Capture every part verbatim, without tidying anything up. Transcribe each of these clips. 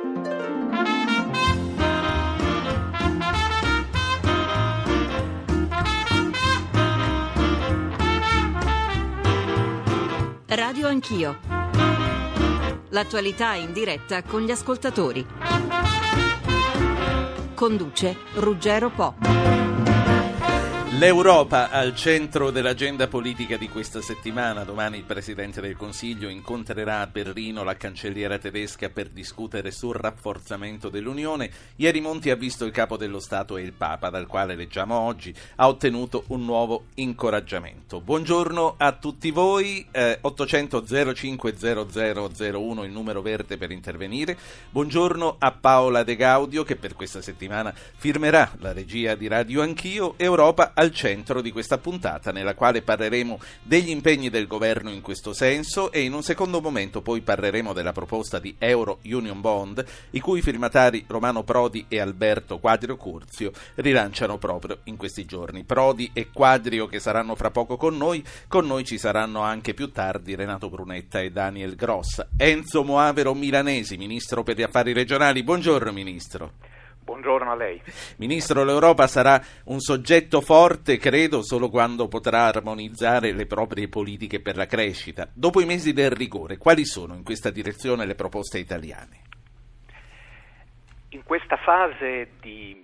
Radio Anch'io. L'attualità in diretta con gli ascoltatori. Conduce Ruggero Po. L'Europa al centro dell'agenda politica di questa settimana. Domani il Presidente del Consiglio incontrerà a Berlino la cancelliera tedesca per discutere sul rafforzamento dell'Unione. Ieri Monti ha visto il Capo dello Stato e il Papa, dal quale leggiamo oggi, ha ottenuto un nuovo incoraggiamento. Buongiorno a tutti voi, eh, ottocento zero cinque zero zero zero uno il numero verde per intervenire. Buongiorno a Paola De Gaudio, che per questa settimana firmerà la regia di Radio Anch'io. Europa al centro di questa puntata, nella quale parleremo degli impegni del governo in questo senso e in un secondo momento poi parleremo della proposta di Euro Union Bond, i cui firmatari Romano Prodi e Alberto Quadrio Curzio rilanciano proprio in questi giorni. Prodi e Quadrio che saranno fra poco con noi, con noi ci saranno anche più tardi Renato Brunetta e Daniel Gross. Enzo Moavero Milanesi, Ministro per gli Affari Regionali. Buongiorno Ministro. Buongiorno a lei. Ministro, l'Europa sarà un soggetto forte, credo, solo quando potrà armonizzare le proprie politiche per la crescita. Dopo i mesi del rigore, quali sono in questa direzione le proposte italiane? In questa fase di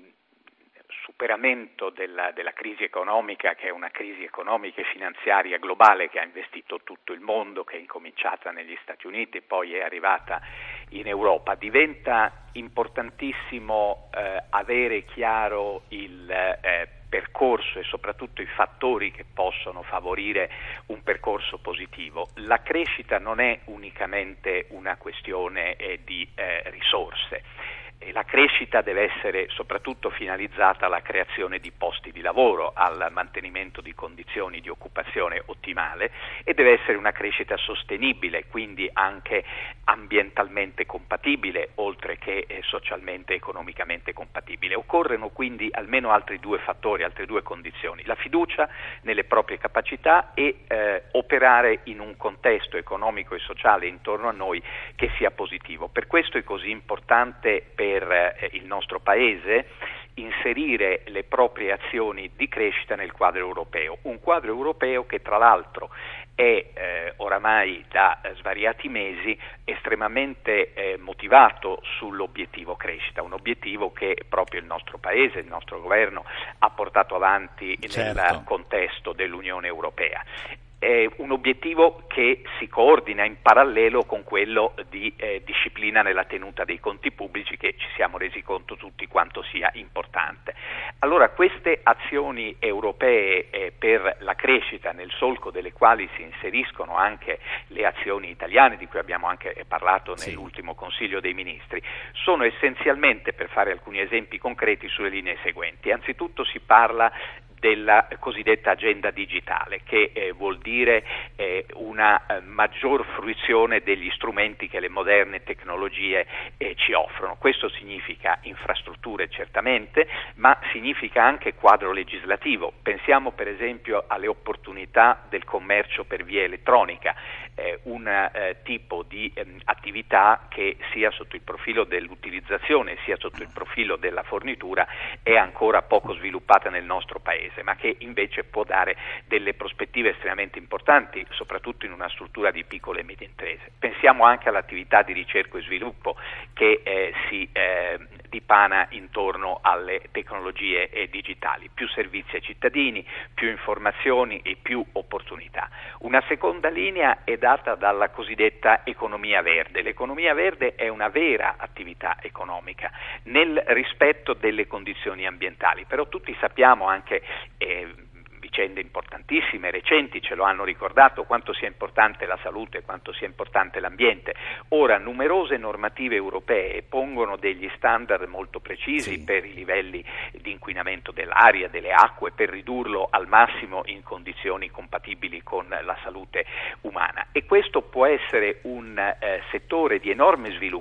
superamento della, della crisi economica, che è una crisi economica e finanziaria globale che ha investito tutto il mondo, che è incominciata negli Stati Uniti e poi è arrivata in Europa, diventa importantissimo eh, avere chiaro il eh, percorso e soprattutto i fattori che possono favorire un percorso positivo. La crescita non è unicamente una questione eh, di eh, risorse. E la crescita deve essere soprattutto finalizzata alla creazione di posti di lavoro, al mantenimento di condizioni di occupazione ottimale, e deve essere una crescita sostenibile, quindi anche ambientalmente compatibile, oltre che eh, socialmente e economicamente compatibile. Occorrono quindi almeno altri due fattori, altre due condizioni: la fiducia nelle proprie capacità e eh, operare in un contesto economico e sociale intorno a noi che sia positivo. Per questo è così importante per per il nostro Paese inserire le proprie azioni di crescita nel quadro europeo, un quadro europeo che tra l'altro è eh, oramai da eh, svariati mesi estremamente eh, motivato sull'obiettivo crescita, un obiettivo che proprio il nostro Paese, il nostro governo ha portato avanti certo. nel contesto dell'Unione Europea. È un obiettivo che si coordina in parallelo con quello di eh, disciplina nella tenuta dei conti pubblici, che ci siamo resi conto tutti quanto sia importante. Allora, queste azioni europee eh, per la crescita, nel solco delle quali si inseriscono anche le azioni italiane, di cui abbiamo anche parlato sì. nell'ultimo Consiglio dei Ministri, sono essenzialmente, per fare alcuni esempi concreti, sulle linee seguenti. Anzitutto si parla della cosiddetta agenda digitale, che eh, vuol dire eh, una eh, maggior fruizione degli strumenti che le moderne tecnologie eh, ci offrono. Questo significa infrastrutture certamente, ma significa anche quadro legislativo. Pensiamo per esempio alle opportunità del commercio per via elettronica, eh, un eh, tipo di eh, attività che sia sotto il profilo dell'utilizzazione sia sotto il profilo della fornitura è ancora poco sviluppata nel nostro Paese, ma che invece può dare delle prospettive estremamente importanti, soprattutto in una struttura di piccole e medie imprese. Pensiamo anche all'attività di ricerca e sviluppo che eh, si eh, dipana intorno alle tecnologie eh, digitali, più servizi ai cittadini, più informazioni e più opportunità. Una seconda linea è data dalla cosiddetta economia verde. L'economia verde è una vera attività economica nel rispetto delle condizioni ambientali, però tutti sappiamo anche eh, vicende importantissime, recenti, ce lo hanno ricordato, quanto sia importante la salute, quanto sia importante l'ambiente. Ora, numerose normative europee pongono degli standard molto precisi sì. per i livelli di inquinamento dell'aria, delle acque, per ridurlo al massimo in condizioni compatibili con la salute umana, e questo può essere un eh, settore di enorme sviluppo,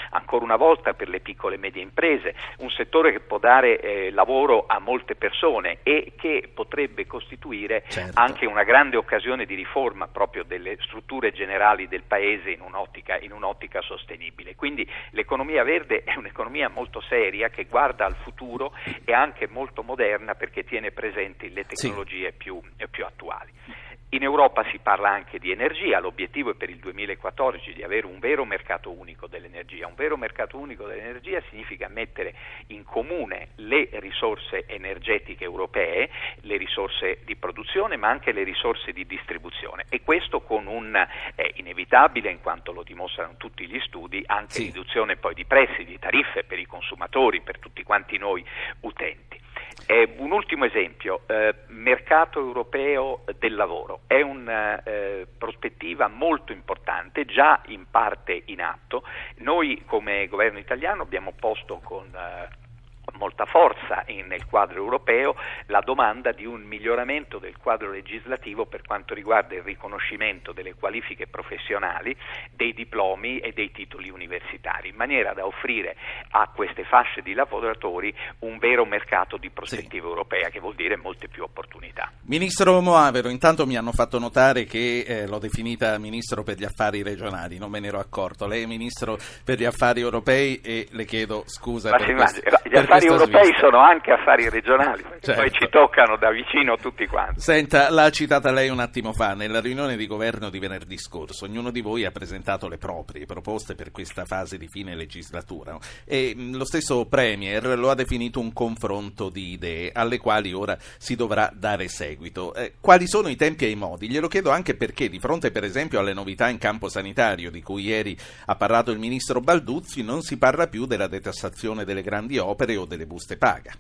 ancora una volta per le piccole e medie imprese, un settore che può dare eh, lavoro a molte persone e che potrebbe costituire certo. anche una grande occasione di riforma proprio delle strutture generali del Paese in un'ottica, in un'ottica sostenibile. Quindi l'economia verde è un'economia molto seria che guarda al futuro e anche molto moderna perché tiene presenti le tecnologie sì. più, più attuali. In Europa si parla anche di energia, l'obiettivo è per il duemilaquattordici di avere un vero mercato unico dell'energia. Un vero mercato unico dell'energia significa mettere in comune le risorse energetiche europee, le risorse di produzione ma anche le risorse di distribuzione, e questo con un eh, inevitabile, in quanto lo dimostrano tutti gli studi, anche sì. riduzione poi di prezzi, di tariffe per i consumatori, per tutti quanti noi utenti. Eh, un ultimo esempio, eh, mercato europeo del lavoro, è una eh, prospettiva molto importante, già in parte in atto. Noi come governo italiano abbiamo posto con eh, molta forza in, nel quadro europeo la domanda di un miglioramento del quadro legislativo per quanto riguarda il riconoscimento delle qualifiche professionali, dei diplomi e dei titoli universitari, in maniera da offrire a queste fasce di lavoratori un vero mercato di prospettiva sì. europea, che vuol dire molte più opportunità. Ministro Moavero, intanto mi hanno fatto notare che eh, l'ho definita Ministro per gli affari regionali, non me ne ero accorto. Lei è Ministro per gli affari europei e le chiedo scusa Ma per si questo. Gli affari europei svista. Sono anche affari regionali, certo. poi ci toccano da vicino tutti quanti. Senta, l'ha citata lei un attimo fa, nella riunione di governo di venerdì scorso, ognuno di voi ha presentato le proprie proposte per questa fase di fine legislatura e mh, lo stesso Premier lo ha definito un confronto di idee alle quali ora si dovrà dare seguito. Eh, quali sono i tempi e i modi? Glielo chiedo anche perché di fronte per esempio alle novità in campo sanitario di cui ieri ha parlato il ministro Balduzzi non si parla più della detassazione delle grandi opere o delle buste paga.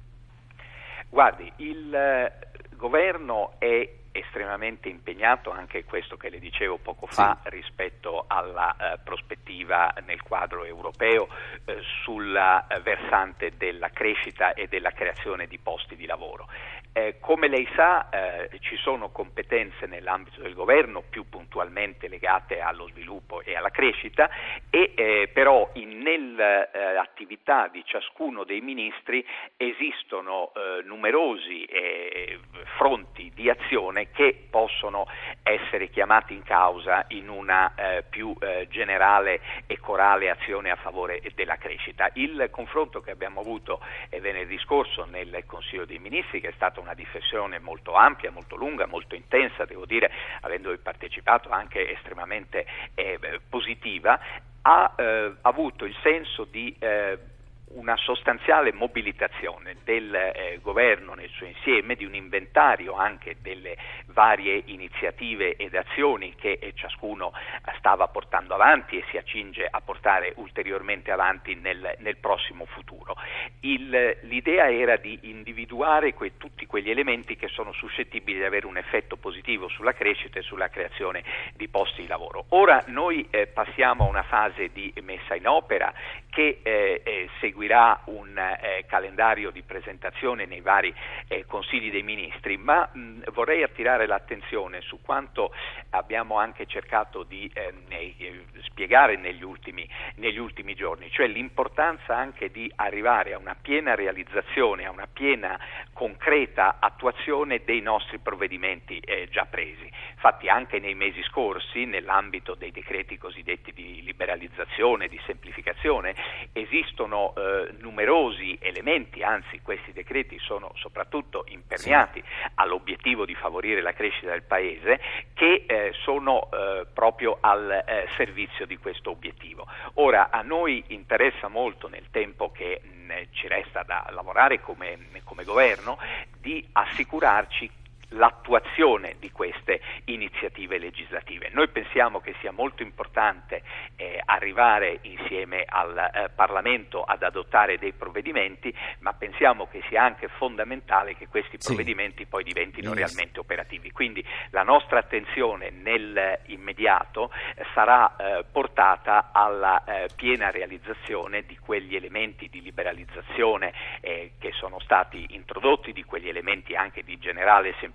Guardi, il eh, governo è estremamente impegnato, anche questo che le dicevo poco fa, sì. rispetto alla eh, prospettiva nel quadro europeo eh, sulla eh, versante della crescita e della creazione di posti di lavoro. Eh, come lei sa eh, ci sono competenze nell'ambito del governo più puntualmente legate allo sviluppo e alla crescita e eh, però nell'attività eh, di ciascuno dei ministri esistono eh, numerosi eh, fronti di azione che possono essere chiamati in causa in una eh, più eh, generale e corale azione a favore della crescita. Il confronto che abbiamo avuto eh, venerdì scorso nel Consiglio dei Ministri, che è stata una discussione molto ampia, molto lunga, molto intensa, devo dire, avendovi partecipato anche estremamente eh, positiva, ha eh, avuto il senso di eh, una sostanziale mobilitazione del eh, governo nel suo insieme, di un inventario anche delle varie iniziative ed azioni che eh, ciascuno stava portando avanti e si accinge a portare ulteriormente avanti nel, nel prossimo futuro. Il, l'idea era di individuare que, tutti quegli elementi che sono suscettibili di avere un effetto positivo sulla crescita e sulla creazione di posti di lavoro. Ora noi eh, passiamo a una fase di messa in opera che eh, eh, seguirà un eh, calendario di presentazione nei vari eh, consigli dei ministri, ma mh, vorrei attirare l'attenzione su quanto abbiamo anche cercato di eh, eh, spiegare negli ultimi, negli ultimi giorni, cioè l'importanza anche di arrivare a una piena realizzazione, a una piena concreta attuazione dei nostri provvedimenti eh, già presi. Infatti anche nei mesi scorsi, nell'ambito dei decreti cosiddetti di liberalizzazione, di semplificazione, esistono eh, numerosi elementi, anzi questi decreti sono soprattutto imperniati sì. all'obiettivo di favorire la crescita del Paese, che eh, sono eh, proprio al eh, servizio di questo obiettivo. Ora a noi interessa molto, nel tempo che mh, ci resta da lavorare come, come governo, di assicurarci l'attuazione di queste iniziative legislative. Noi pensiamo che sia molto importante eh, arrivare insieme al eh, Parlamento ad adottare dei provvedimenti, ma pensiamo che sia anche fondamentale che questi provvedimenti sì. poi diventino yes. realmente operativi. Quindi la nostra attenzione nel immediato eh, sarà eh, portata alla eh, piena realizzazione di quegli elementi di liberalizzazione eh, che sono stati introdotti, di quegli elementi anche di generale semplificazione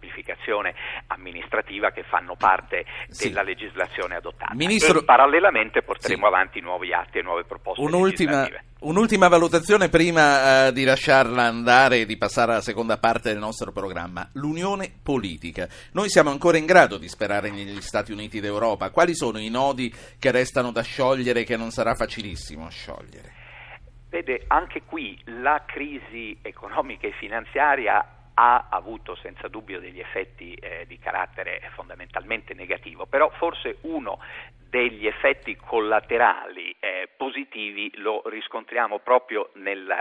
semplificazione amministrativa che fanno parte della sì. legislazione adottata. Ministro... E parallelamente porteremo sì. avanti nuovi atti e nuove proposte Un'ultima, legislative. un'ultima valutazione prima eh, di lasciarla andare e di passare alla seconda parte del nostro programma. L'unione politica. Noi siamo ancora in grado di sperare negli Stati Uniti d'Europa. Quali sono i nodi che restano da sciogliere e che non sarà facilissimo sciogliere? Vede, anche qui la crisi economica e finanziaria ha avuto senza dubbio degli effetti eh, di carattere fondamentalmente negativo, però forse uno degli effetti collaterali eh, positivi lo riscontriamo proprio nel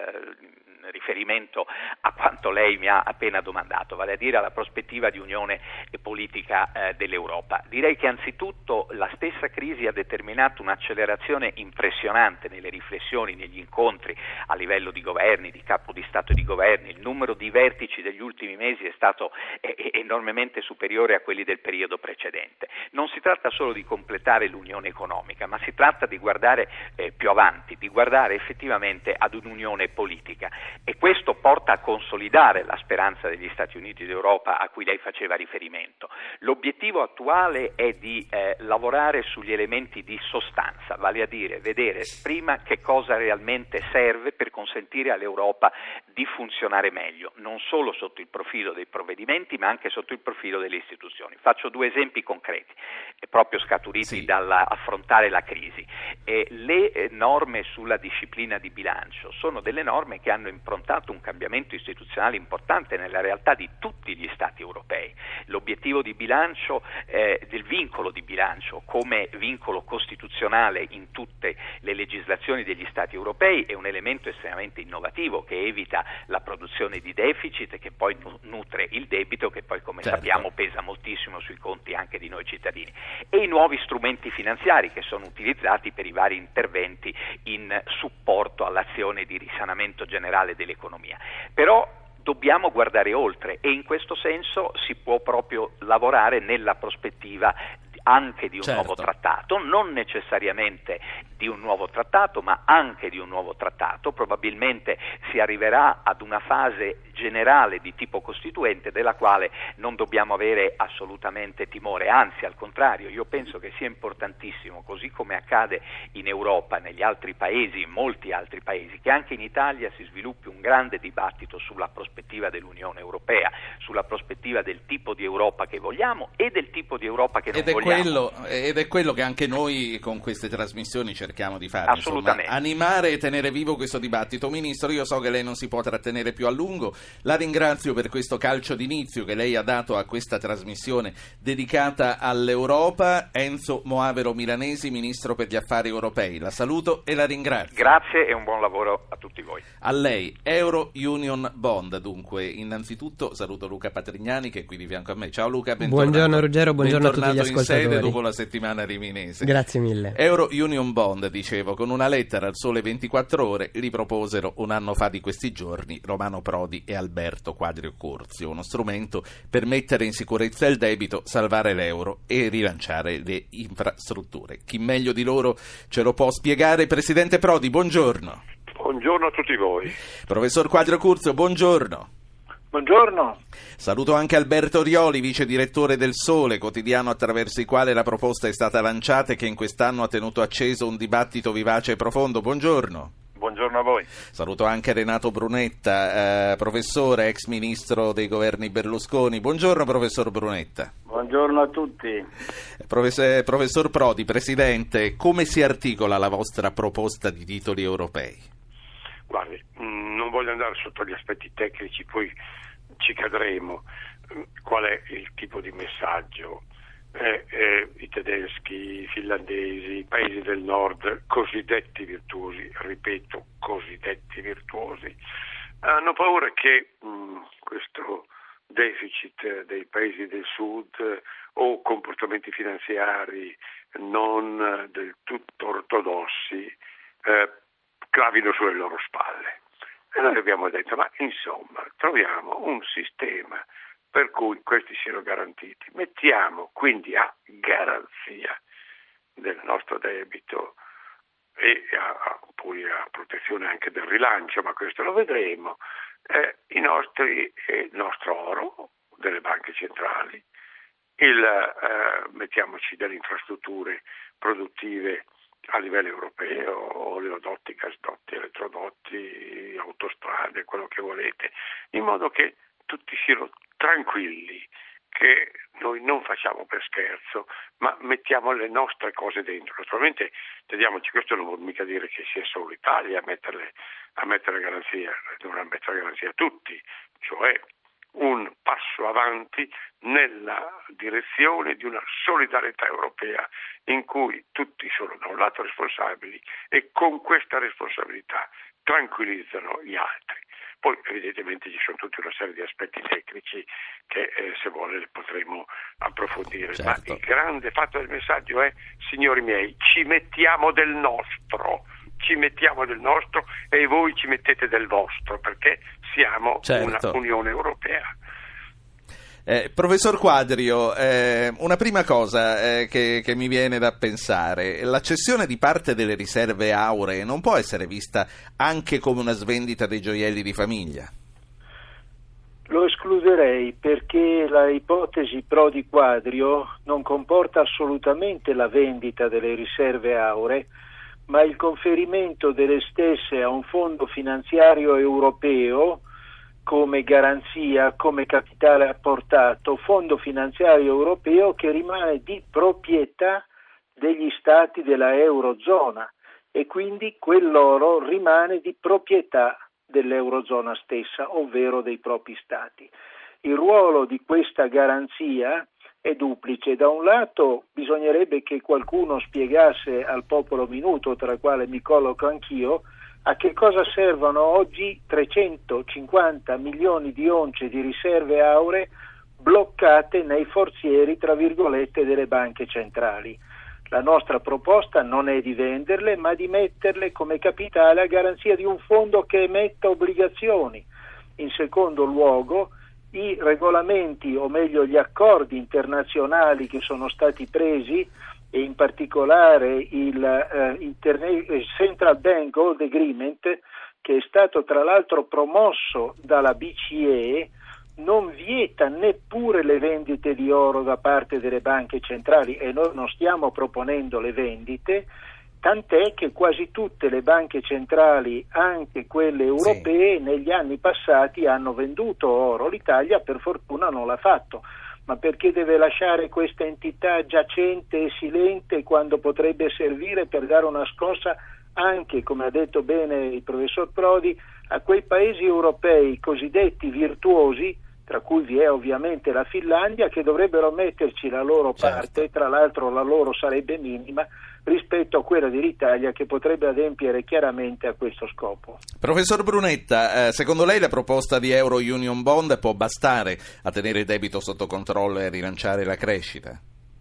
eh, riferimento a quanto lei mi ha appena domandato, vale a dire alla prospettiva di unione politica eh, dell'Europa. Direi che anzitutto la stessa crisi ha determinato un'accelerazione impressionante nelle riflessioni, negli incontri a livello di governi, di capo di Stato e di governi. Il numero di vertici degli ultimi mesi è stato eh, enormemente superiore a quelli del periodo precedente. Non si tratta solo di completare l'unione economica, ma si tratta di guardare eh, più avanti, di guardare effettivamente ad un'unione politica. E questo porta a consolidare la speranza degli Stati Uniti d'Europa a cui lei faceva riferimento. L'obiettivo attuale è di eh, lavorare sugli elementi di sostanza, vale a dire vedere prima che cosa realmente serve per consentire all'Europa di funzionare meglio, non solo sotto il profilo dei provvedimenti ma anche sotto il profilo delle istituzioni. Faccio due esempi concreti, proprio scaturiti sì. dall'affrontare la crisi. Eh, le eh, norme sulla disciplina di bilancio sono delle norme che hanno improntato un cambiamento istituzionale importante nella realtà di tutti gli Stati europei. L'obiettivo di bilancio, eh, del vincolo di bilancio come vincolo costituzionale in tutte le legislazioni degli Stati europei è un elemento estremamente innovativo che evita la produzione di deficit che poi nutre il debito che poi come certo. sappiamo pesa moltissimo sui conti anche di noi cittadini, e i nuovi strumenti finanziari che sono utilizzati per i vari interventi in supporto all'azione di risanamento generale dell'economia. Però dobbiamo guardare oltre e in questo senso si può proprio lavorare nella prospettiva anche di un certo. nuovo trattato, non necessariamente di un nuovo trattato, ma anche di un nuovo trattato. Probabilmente si arriverà ad una fase generale di tipo costituente della quale non dobbiamo avere assolutamente timore, anzi al contrario, io penso che sia importantissimo, così come accade in Europa, negli altri paesi, in molti altri paesi, che anche in Italia si sviluppi un grande dibattito sulla prospettiva dell'Unione Europea, sulla prospettiva del tipo di Europa che vogliamo e del tipo di Europa che non ed è vogliamo. Quello, ed è quello che anche noi con queste trasmissioni cerchiamo di fare, assolutamente. Insomma, animare e tenere vivo questo dibattito. Ministro, io so che lei non si può trattenere più a lungo, la ringrazio per questo calcio d'inizio che lei ha dato a questa trasmissione dedicata all'Europa. Enzo Moavero Milanesi, Ministro per gli Affari Europei, la saluto e la ringrazio. Grazie e un buon lavoro a tutti voi. A lei. Euro Union Bond, dunque, innanzitutto saluto Luca Patrignani che è qui di fianco a me. Ciao Luca, bentornato. Buongiorno Ruggero, buongiorno a tutti gli ascoltatori. Dopo la settimana riminese. Grazie mille. Euro Union Bond, dicevo, con una lettera al Sole ventiquattro Ore li proposero un anno fa di questi giorni Romano Prodi e Alberto Quadrio Curzio, uno strumento per mettere in sicurezza il debito, salvare l'euro e rilanciare le infrastrutture. Chi meglio di loro ce lo può spiegare? Presidente Prodi, buongiorno. Buongiorno a tutti voi. Professor Quadrio Curzio, buongiorno. Buongiorno. Saluto anche Alberto Rioli, vice direttore del Sole, quotidiano attraverso il quale la proposta è stata lanciata e che in quest'anno ha tenuto acceso un dibattito vivace e profondo. Buongiorno. Buongiorno a voi. Saluto anche Renato Brunetta, eh, professore, ex ministro dei governi Berlusconi. Buongiorno professor Brunetta. Buongiorno a tutti. Professor, professor Prodi, presidente, come si articola la vostra proposta di titoli europei? Guardi, non voglio andare sotto gli aspetti tecnici, poi ci cadremo. Qual è il tipo di messaggio? Eh, eh, I tedeschi, i finlandesi, i paesi del nord, cosiddetti virtuosi, ripeto, cosiddetti virtuosi, hanno paura che mh, questo deficit dei paesi del sud eh, o comportamenti finanziari non del tutto ortodossi eh, clavino sulle loro spalle. E noi abbiamo detto, ma insomma, troviamo un sistema per cui questi siano garantiti. Mettiamo quindi a garanzia del nostro debito e a, a, poi a protezione anche del rilancio, ma questo lo vedremo, eh, i nostri, eh, il nostro oro, delle banche centrali, il eh, mettiamoci delle infrastrutture produttive a livello europeo, oleodotti, gasdotti, elettrodotti, autostrade, quello che volete, in modo che tutti siano tranquilli, che noi non facciamo per scherzo, ma mettiamo le nostre cose dentro. Naturalmente, teniamoci, questo non vuol mica dire che sia solo l'Italia a metterle, a mettere garanzia, dovrà mettere garanzia a tutti, cioè un passo avanti nella direzione di una solidarietà europea in cui tutti sono da un lato responsabili e con questa responsabilità tranquillizzano gli altri. Poi evidentemente ci sono tutta una serie di aspetti tecnici che eh, se vuole potremo approfondire, certo. Ma il grande fatto del messaggio è: signori miei, ci mettiamo del nostro, ci mettiamo del nostro e voi ci mettete del vostro, perché siamo certo. una Unione Europea. Eh, professor Quadrio, eh, una prima cosa eh, che, che mi viene da pensare: la cessione di parte delle riserve auree non può essere vista anche come una svendita dei gioielli di famiglia? Lo escluderei, perché la ipotesi Prodi Quadrio non comporta assolutamente la vendita delle riserve auree, ma il conferimento delle stesse a un fondo finanziario europeo come garanzia, come capitale apportato, fondo finanziario europeo che rimane di proprietà degli stati della Eurozona, e quindi quell'oro rimane di proprietà dell'Eurozona stessa, ovvero dei propri stati. Il ruolo di questa garanzia è duplice. Da un lato bisognerebbe che qualcuno spiegasse al popolo minuto, tra il quale mi colloco anch'io, a che cosa servono oggi trecentocinquanta milioni di once di riserve auree bloccate nei forzieri, tra virgolette, delle banche centrali. La nostra proposta non è di venderle, ma di metterle come capitale a garanzia di un fondo che emetta obbligazioni. In secondo luogo, i regolamenti, o meglio gli accordi internazionali che sono stati presi, e in particolare il, eh, interne- il Central Bank Gold Agreement, che è stato tra l'altro promosso dalla B C E, non vieta neppure le vendite di oro da parte delle banche centrali, e noi non stiamo proponendo le vendite, tant'è che quasi tutte le banche centrali, anche quelle europee, sì, negli anni passati hanno venduto oro. L'Italia per fortuna non l'ha fatto. Ma perché deve lasciare questa entità giacente e silente quando potrebbe servire per dare una scossa anche, come ha detto bene il professor Prodi, a quei paesi europei cosiddetti virtuosi, tra cui vi è ovviamente la Finlandia, che dovrebbero metterci la loro parte, certo. Tra l'altro la loro sarebbe minima rispetto a quella dell'Italia, che potrebbe adempiere chiaramente a questo scopo. Professor Brunetta, eh, secondo lei la proposta di Euro Union Bond può bastare a tenere il debito sotto controllo e a rilanciare la crescita?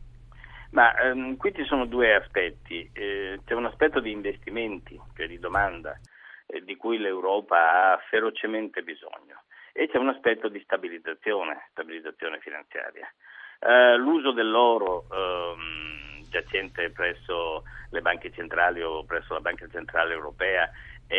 Ma ehm, qui ci sono due aspetti. Eh, c'è un aspetto di investimenti, cioè di domanda, eh, di cui l'Europa ha ferocemente bisogno, e c'è un aspetto di stabilizzazione, stabilizzazione finanziaria. Eh, l'uso dell'oro ehm, giacente presso le banche centrali o presso la Banca Centrale Europea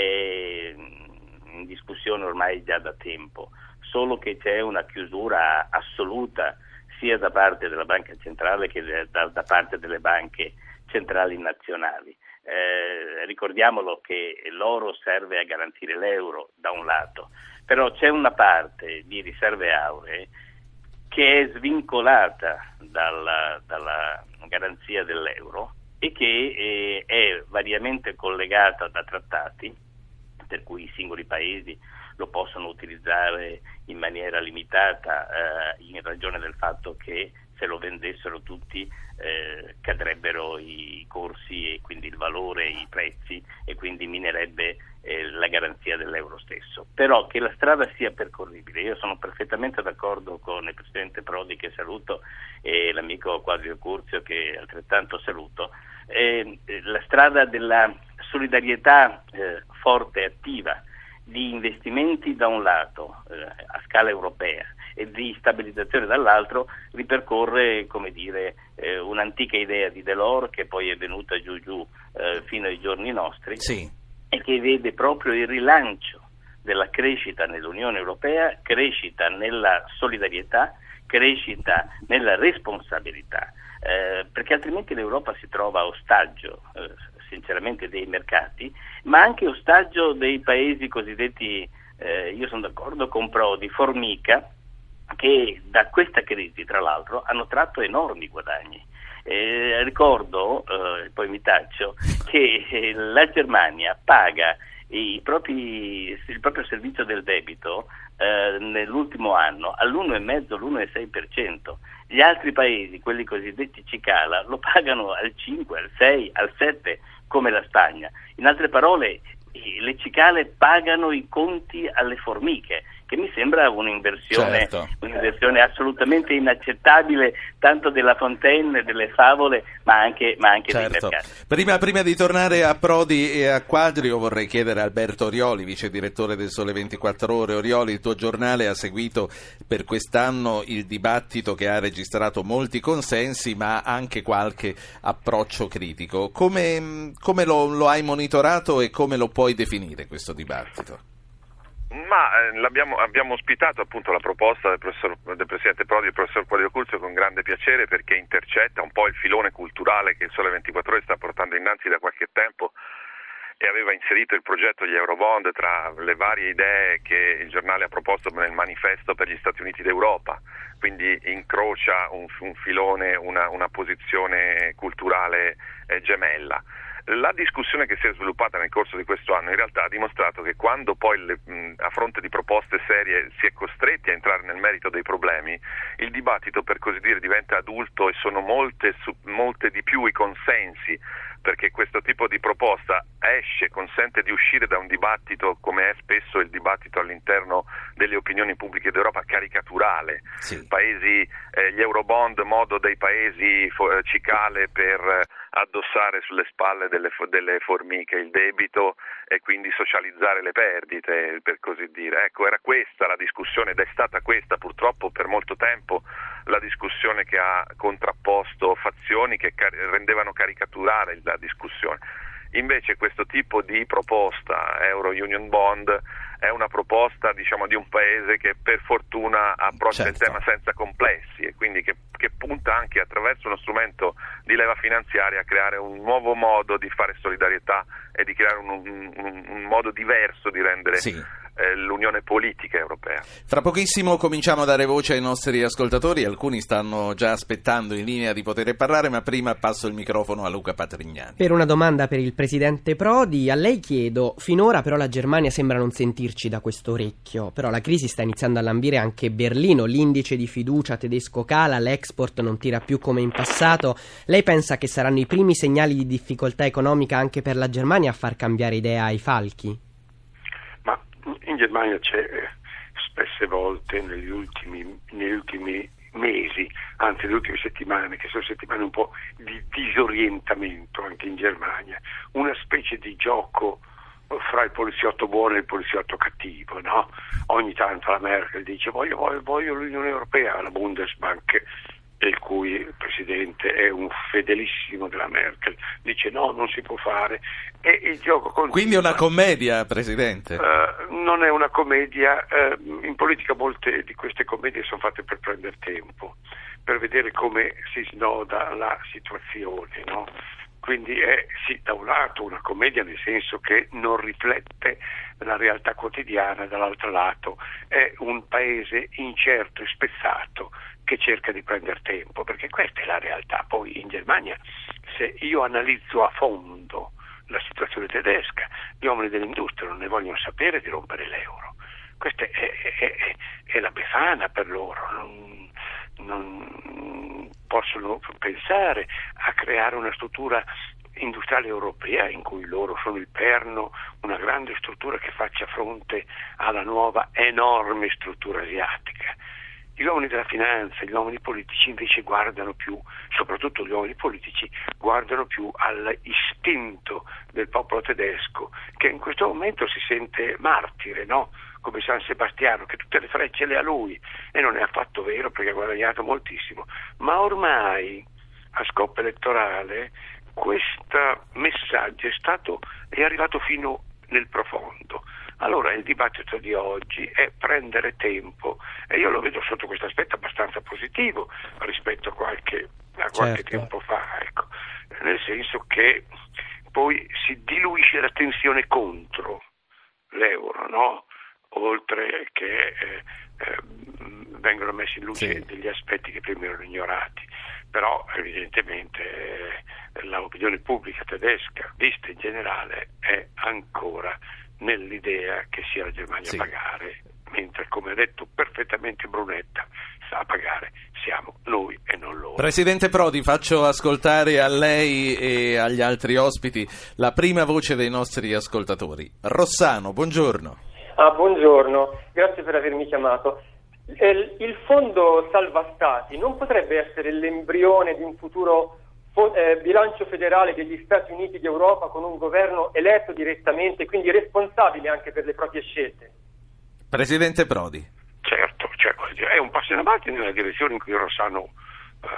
è in discussione ormai già da tempo, solo che c'è una chiusura assoluta sia da parte della Banca Centrale che da, da parte delle banche centrali nazionali. Eh, ricordiamolo che l'oro serve a garantire l'euro da un lato, però c'è una parte di riserve auree che è svincolata dalla, dalla garanzia dell'euro e che eh, è variamente collegata da trattati, per cui i singoli paesi lo possono utilizzare in maniera limitata eh, in ragione del fatto che se lo vendessero tutti eh, cadrebbero i corsi e quindi il valore, i prezzi, e quindi minerebbe eh, la garanzia dell'euro stesso. Però che la strada sia percorribile, io sono perfettamente d'accordo con il Presidente Prodi, che saluto, e l'amico Quadrio Curzio, che altrettanto saluto. Eh, la strada della solidarietà eh, forte e attiva, di investimenti da un lato eh, a scala europea e di stabilizzazione dall'altro, ripercorre, come dire, eh, un'antica idea di Delors, che poi è venuta giù giù eh, fino ai giorni nostri, sì, e che vede proprio il rilancio della crescita nell'Unione Europea, crescita nella solidarietà crescita nella responsabilità, eh, perché altrimenti l'Europa si trova ostaggio eh, sinceramente dei mercati, ma anche ostaggio dei paesi cosiddetti, eh, io sono d'accordo con Prodi, formica, che da questa crisi tra l'altro hanno tratto enormi guadagni. Eh, ricordo, eh, poi mi taccio, che eh, la Germania paga i propri, il proprio servizio del debito eh, nell'ultimo anno all'uno virgola cinque, l'uno virgola sei per cento. Gli altri paesi, quelli cosiddetti cicala, lo pagano al cinque, al sei, al sette, come la Spagna. In altre parole, le cicale pagano i conti alle formiche, che mi sembra un'inversione, certo. un'inversione assolutamente inaccettabile, tanto della Fontaine, delle favole, ma anche, ma anche certo. dei mercati. Prima, prima di tornare a Prodi e a Quadrio, vorrei chiedere a Alberto Orioli, vice direttore del Sole ventiquattro Ore. Orioli, il tuo giornale ha seguito per quest'anno il dibattito che ha registrato molti consensi, ma anche qualche approccio critico. Come, come lo, lo hai monitorato e come lo puoi definire questo dibattito? Ma eh, l'abbiamo, abbiamo ospitato appunto la proposta del, professor, del Presidente Prodi e del Professor Quadrio Curzio con grande piacere, perché intercetta un po' il filone culturale che il Sole ventiquattro Ore sta portando innanzi da qualche tempo, e aveva inserito il progetto degli Eurobond tra le varie idee che il giornale ha proposto nel manifesto per gli Stati Uniti d'Europa, quindi incrocia un, un filone, una, una posizione culturale eh, gemella. La discussione che si è sviluppata nel corso di questo anno in realtà ha dimostrato che quando poi le, mh, a fronte di proposte serie si è costretti a entrare nel merito dei problemi, il dibattito, per così dire, diventa adulto e sono molte, su, molte di più i consensi, perché questo tipo di proposta esce, consente di uscire da un dibattito, come è spesso il dibattito all'interno delle opinioni pubbliche d'Europa, caricaturale. Sì. Paesi, eh, gli Eurobond, modo dei paesi fo- cicale per eh, addossare sulle spalle delle, delle formiche il debito e quindi socializzare le perdite, per così dire. Ecco, era questa la discussione, ed è stata questa purtroppo per molto tempo la discussione che ha contrapposto fazioni che car- rendevano caricaturale la discussione. Invece questo tipo di proposta, Euro Union Bond, è una proposta, diciamo, di un paese che per fortuna approccia certo. il tema senza complessi, e quindi che, che punta anche attraverso uno strumento di leva finanziaria a creare un nuovo modo di fare solidarietà e di creare un, un, un, un modo diverso di rendere sì. l'unione politica europea. Fra pochissimo cominciamo a dare voce ai nostri ascoltatori, alcuni stanno già aspettando in linea di poter parlare, ma prima passo il microfono a Luca Patrignani. Per una domanda per il Presidente Prodi, a lei chiedo: finora però la Germania sembra non sentirci da questo orecchio, però la crisi sta iniziando a lambire anche Berlino, l'indice di fiducia tedesco cala, l'export non tira più come in passato. Lei pensa che saranno i primi segnali di difficoltà economica anche per la Germania a far cambiare idea ai falchi? Ma in Germania c'è eh, spesse volte negli ultimi, negli ultimi mesi, anzi nelle ultime settimane, che sono settimane un po' di disorientamento anche in Germania, una specie di gioco fra il poliziotto buono e il poliziotto cattivo, no? Ogni tanto la Merkel dice voglio, voglio, voglio l'Unione Europea, la Bundesbank, il cui presidente è un fedelissimo della Merkel, dice no, non si può fare, e il gioco continua. Quindi è una commedia, Presidente? Uh, non è una commedia, uh, in politica molte di queste commedie sono fatte per prendere tempo, per vedere come si snoda la situazione, no? Quindi è sì, da un lato una commedia nel senso che non riflette la realtà quotidiana, dall'altro lato è un paese incerto e spezzato che cerca di prendere tempo, perché questa è la realtà. Poi in Germania, se io analizzo a fondo la situazione tedesca, gli uomini dell'industria non ne vogliono sapere di rompere l'euro. Questa è, è, è, è la befana per loro, non, non possono pensare a creare una struttura industriale europea in cui loro sono il perno, una grande struttura che faccia fronte alla nuova enorme struttura asiatica. Gli uomini della finanza, gli uomini politici invece guardano più, soprattutto gli uomini politici, guardano più all'istinto del popolo tedesco, che in questo momento si sente martire, no? Come San Sebastiano, che tutte le frecce le ha lui, e non è affatto vero perché ha guadagnato moltissimo. Ma ormai, a scopo elettorale, questo messaggio è stato è arrivato fino nel profondo. Allora il dibattito di oggi è prendere tempo, e io lo vedo sotto questo aspetto abbastanza positivo rispetto a qualche, a qualche certo. tempo fa, ecco. Nel senso che poi si diluisce la tensione contro l'euro, no? Oltre che eh, eh, vengono messi in luce sì. degli aspetti che prima erano ignorati, però evidentemente eh, l'opinione pubblica tedesca, vista in generale, è ancora nell'idea che sia la Germania sì. a pagare, mentre, come ha detto perfettamente Brunetta, a pagare siamo noi e non loro. Presidente Prodi, faccio ascoltare a lei e agli altri ospiti la prima voce dei nostri ascoltatori. Rossano, buongiorno. Ah, buongiorno, grazie per avermi chiamato. Il, il fondo salva stati non potrebbe essere l'embrione di un futuro eh, bilancio federale degli Stati Uniti d'Europa con un governo eletto direttamente, quindi responsabile anche per le proprie scelte? Presidente Prodi. Certo, cioè, è un passo in avanti nella direzione in cui Rossano uh,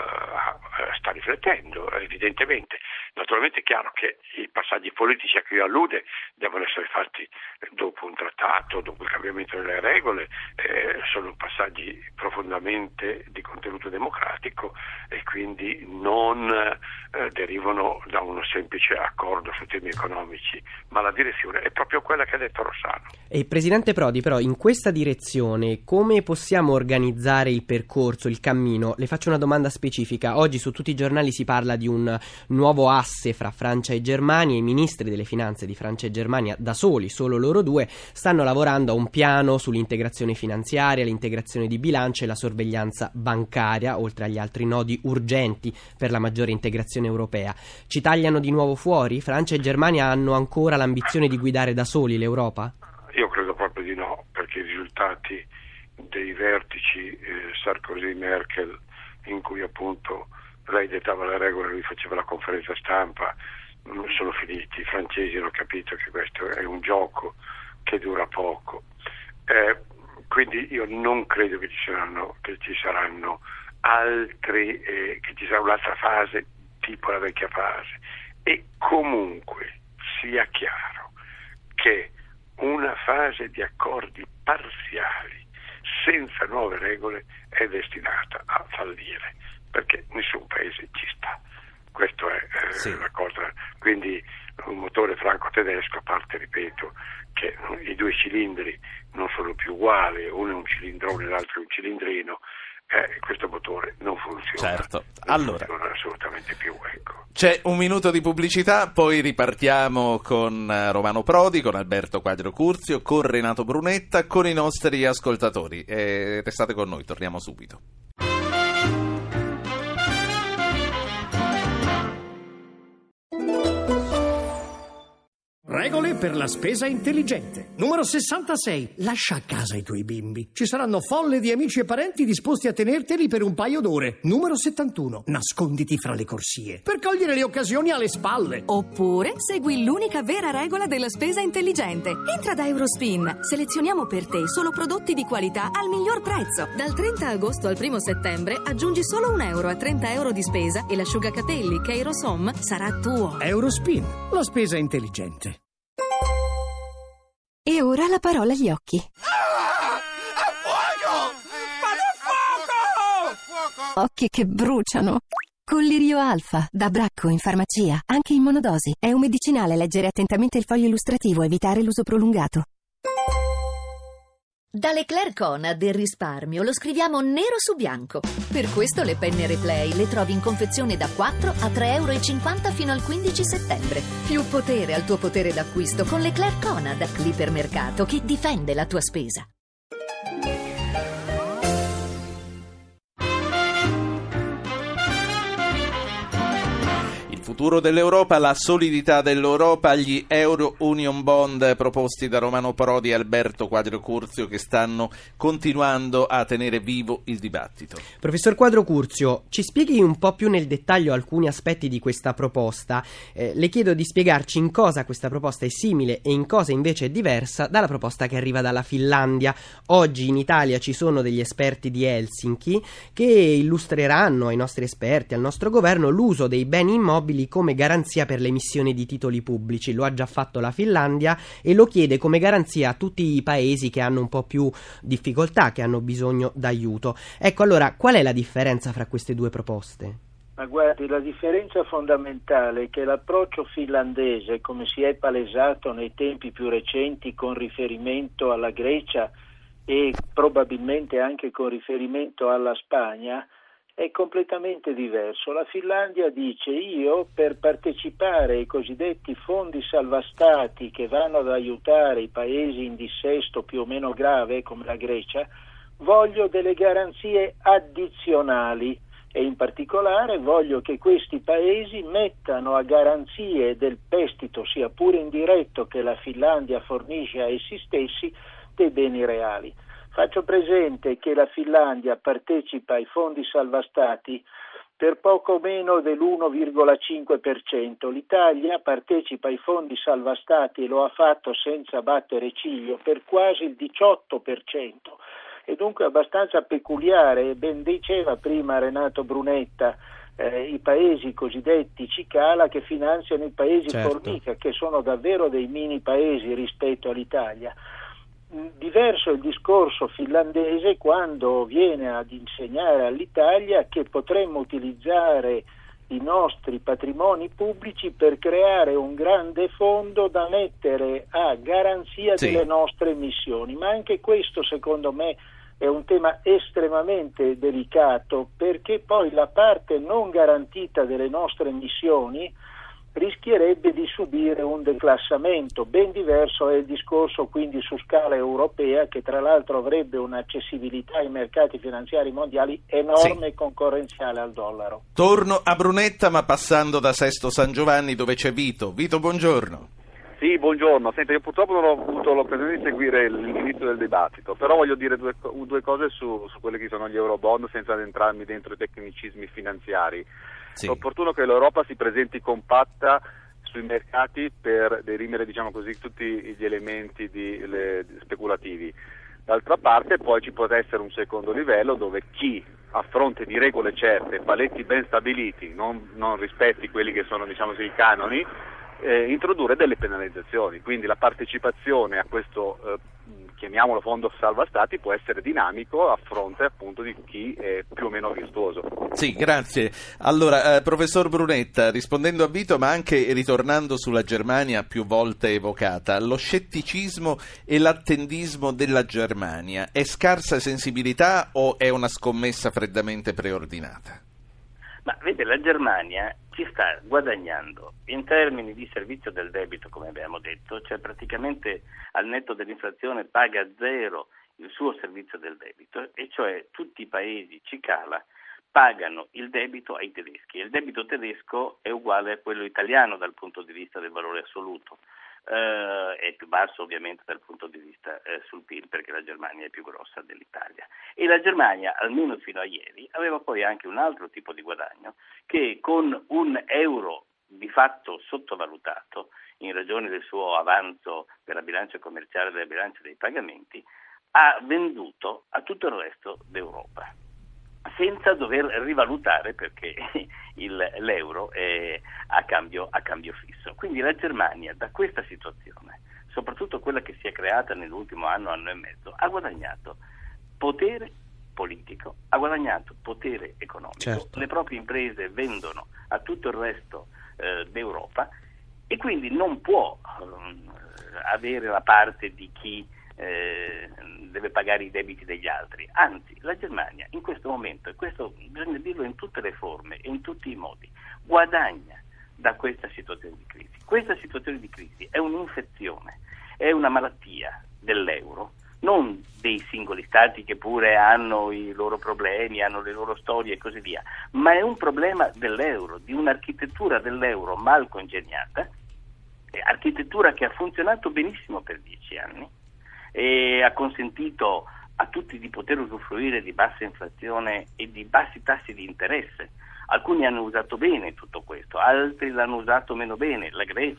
sta riflettendo, evidentemente. Naturalmente è chiaro che i passaggi politici a cui allude devono essere fatti dopo un trattato, dopo il cambiamento delle regole, eh, sono passaggi profondamente di contenuto democratico e quindi non eh, derivano da uno semplice accordo su temi economici, ma la direzione è proprio quella che ha detto Rossano. E Presidente Prodi, però in questa direzione come possiamo organizzare il percorso, il cammino? Le faccio una domanda specifica. Oggi su tutti i giornali si parla di un nuovo asse fra Francia e Germania. I ministri delle finanze di Francia e Germania, da soli, solo loro due, stanno lavorando a un piano sull'integrazione finanziaria, l'integrazione di bilancio e la sorveglianza bancaria, oltre agli altri nodi urgenti per la maggiore integrazione europea. Ci tagliano di nuovo fuori? Francia e Germania hanno ancora l'ambizione di guidare da soli l'Europa? Io credo proprio di no, perché i risultati dei vertici eh, Sarkozy-Merkel, in cui appunto lei dettava le regole e lui faceva la conferenza stampa, sono finiti. I francesi hanno capito che questo è un gioco che dura poco, eh, quindi io non credo che ci saranno, che ci saranno altri, eh, che ci sarà un'altra fase tipo la vecchia fase, e comunque sia chiaro che una fase di accordi parziali senza nuove regole è destinata a fallire, perché nessun paese ci sta. Questo è eh, sì. la cosa. Quindi un motore franco-tedesco, a parte, ripeto, che i due cilindri non sono più uguali, uno è un cilindrone e l'altro è un cilindrino, eh, questo motore non funziona. Certo. Non allora, funziona assolutamente più, ecco. C'è un minuto di pubblicità, poi ripartiamo con Romano Prodi, con Alberto Quadrio Curzio, con Renato Brunetta, con i nostri ascoltatori. Eh, restate con noi, torniamo subito. Regole per la spesa intelligente. Numero sessantasei. Lascia a casa i tuoi bimbi. Ci saranno folle di amici e parenti disposti a tenerteli per un paio d'ore. Numero settantuno. Nasconditi fra le corsie per cogliere le occasioni alle spalle. Oppure segui l'unica vera regola della spesa intelligente. Entra da Eurospin. Selezioniamo per te solo prodotti di qualità al miglior prezzo. Dal trenta agosto al primo settembre aggiungi solo un euro a trenta euro di spesa e l'asciugacapelli Kairos Home sarà tuo. Eurospin. La spesa intelligente. E ora la parola agli occhi. Ah! A fuoco! Vado a fuoco! Occhi che bruciano. Collirio Alfa, da Bracco in farmacia, anche in monodosi. È un medicinale, leggere attentamente il foglio illustrativo, evitare l'uso prolungato. Dalle Leclerc Conad del risparmio lo scriviamo nero su bianco. Per questo le penne Replay le trovi in confezione da quattro a tre euro e cinquanta fino al quindici settembre. Più potere al tuo potere d'acquisto con Leclerc Conad, l'ipermercato che difende la tua spesa. Il futuro dell'Europa, la solidità dell'Europa, gli Euro Union Bond proposti da Romano Prodi e Alberto Quadrio Curzio, che stanno continuando a tenere vivo il dibattito. Professor Quadrio Curzio, ci spieghi un po' più nel dettaglio alcuni aspetti di questa proposta. Eh, le chiedo di spiegarci in cosa questa proposta è simile e in cosa invece è diversa dalla proposta che arriva dalla Finlandia. Oggi in Italia ci sono degli esperti di Helsinki che illustreranno ai nostri esperti, al nostro governo, l'uso dei beni immobili come garanzia per l'emissione di titoli pubblici. Lo ha già fatto la Finlandia e lo chiede come garanzia a tutti i paesi che hanno un po' più difficoltà, che hanno bisogno d'aiuto. Ecco, allora, qual è la differenza fra queste due proposte? Ma guardi, la differenza fondamentale è che l'approccio finlandese, come si è palesato nei tempi più recenti con riferimento alla Grecia e probabilmente anche con riferimento alla Spagna, è completamente diverso. La Finlandia dice: io per partecipare ai cosiddetti fondi salva stati che vanno ad aiutare i paesi in dissesto più o meno grave come la Grecia, voglio delle garanzie addizionali. E in particolare voglio che questi paesi mettano a garanzie del prestito, sia pure indiretto, che la Finlandia fornisce a essi stessi, dei beni reali. Faccio presente che la Finlandia partecipa ai fondi salva stati per poco meno dell'uno virgola cinque per cento. L'Italia partecipa ai fondi salva stati, e lo ha fatto senza battere ciglio, per quasi il diciotto per cento. E dunque abbastanza peculiare. Ben diceva prima Renato Brunetta, eh, i paesi cosiddetti cicala che finanziano i paesi certo. formica, che sono davvero dei mini paesi rispetto all'Italia. Diverso il discorso finlandese quando viene ad insegnare all'Italia che potremmo utilizzare i nostri patrimoni pubblici per creare un grande fondo da mettere a garanzia sì. delle nostre emissioni. Ma anche questo, secondo me, è un tema estremamente delicato, perché poi la parte non garantita delle nostre emissioni rischierebbe di subire un declassamento. Ben diverso è il discorso quindi su scala europea, che tra l'altro avrebbe un'accessibilità ai mercati finanziari mondiali enorme e sì. concorrenziale al dollaro. Torno a Brunetta, ma passando da Sesto San Giovanni, dove c'è Vito. Vito, buongiorno. Sì, buongiorno. Senta, io purtroppo non ho avuto l'occasione di seguire l'inizio del dibattito, però voglio dire due, due cose su, su quelli che sono gli eurobond senza addentrarmi dentro i tecnicismi finanziari. Sì. È opportuno che l'Europa si presenti compatta sui mercati per derimere, diciamo così, tutti gli elementi di, le, speculativi. D'altra parte poi ci può essere un secondo livello dove chi a fronte di regole certe, paletti ben stabiliti, non, non rispetti quelli che sono, diciamo così, i canoni, Eh, introdurre delle penalizzazioni, quindi la partecipazione a questo eh, chiamiamolo fondo salva stati può essere dinamico a fronte appunto di chi è più o meno virtuoso. Sì, grazie. Allora, eh, professor Brunetta, rispondendo a Vito ma anche ritornando sulla Germania più volte evocata, lo scetticismo e l'attendismo della Germania è scarsa sensibilità o è una scommessa freddamente preordinata? Ma vede, la Germania ci sta guadagnando in termini di servizio del debito, come abbiamo detto, cioè praticamente al netto dell'inflazione paga zero il suo servizio del debito, e cioè tutti i paesi cicala pagano il debito ai tedeschi, e il debito tedesco è uguale a quello italiano dal punto di vista del valore assoluto. Uh, è più basso ovviamente dal punto di vista uh, sul P I L, perché la Germania è più grossa dell'Italia, e la Germania almeno fino a ieri aveva poi anche un altro tipo di guadagno, che con un euro di fatto sottovalutato in ragione del suo avanzo per la bilancia commerciale e della bilancia dei pagamenti ha venduto a tutto il resto d'Europa senza dover rivalutare, perché il, l'euro è a cambio, a cambio fisso. Quindi la Germania da questa situazione, soprattutto quella che si è creata nell'ultimo anno, anno e mezzo, ha guadagnato potere politico, ha guadagnato potere economico, certo. Le proprie imprese vendono a tutto il resto eh, d'Europa, e quindi non può um, avere la parte di chi Eh, deve pagare i debiti degli altri. Anzi, la Germania in questo momento, e questo bisogna dirlo in tutte le forme e in tutti i modi, guadagna da questa situazione di crisi. Questa situazione di crisi è un'infezione, è una malattia dell'euro, non dei singoli stati che pure hanno i loro problemi, hanno le loro storie e così via, ma è un problema dell'euro, di un'architettura dell'euro mal congegnata, architettura che ha funzionato benissimo per dieci anni, e ha consentito a tutti di poter usufruire di bassa inflazione e di bassi tassi di interesse. Alcuni hanno usato bene tutto questo, altri l'hanno usato meno bene. La Grecia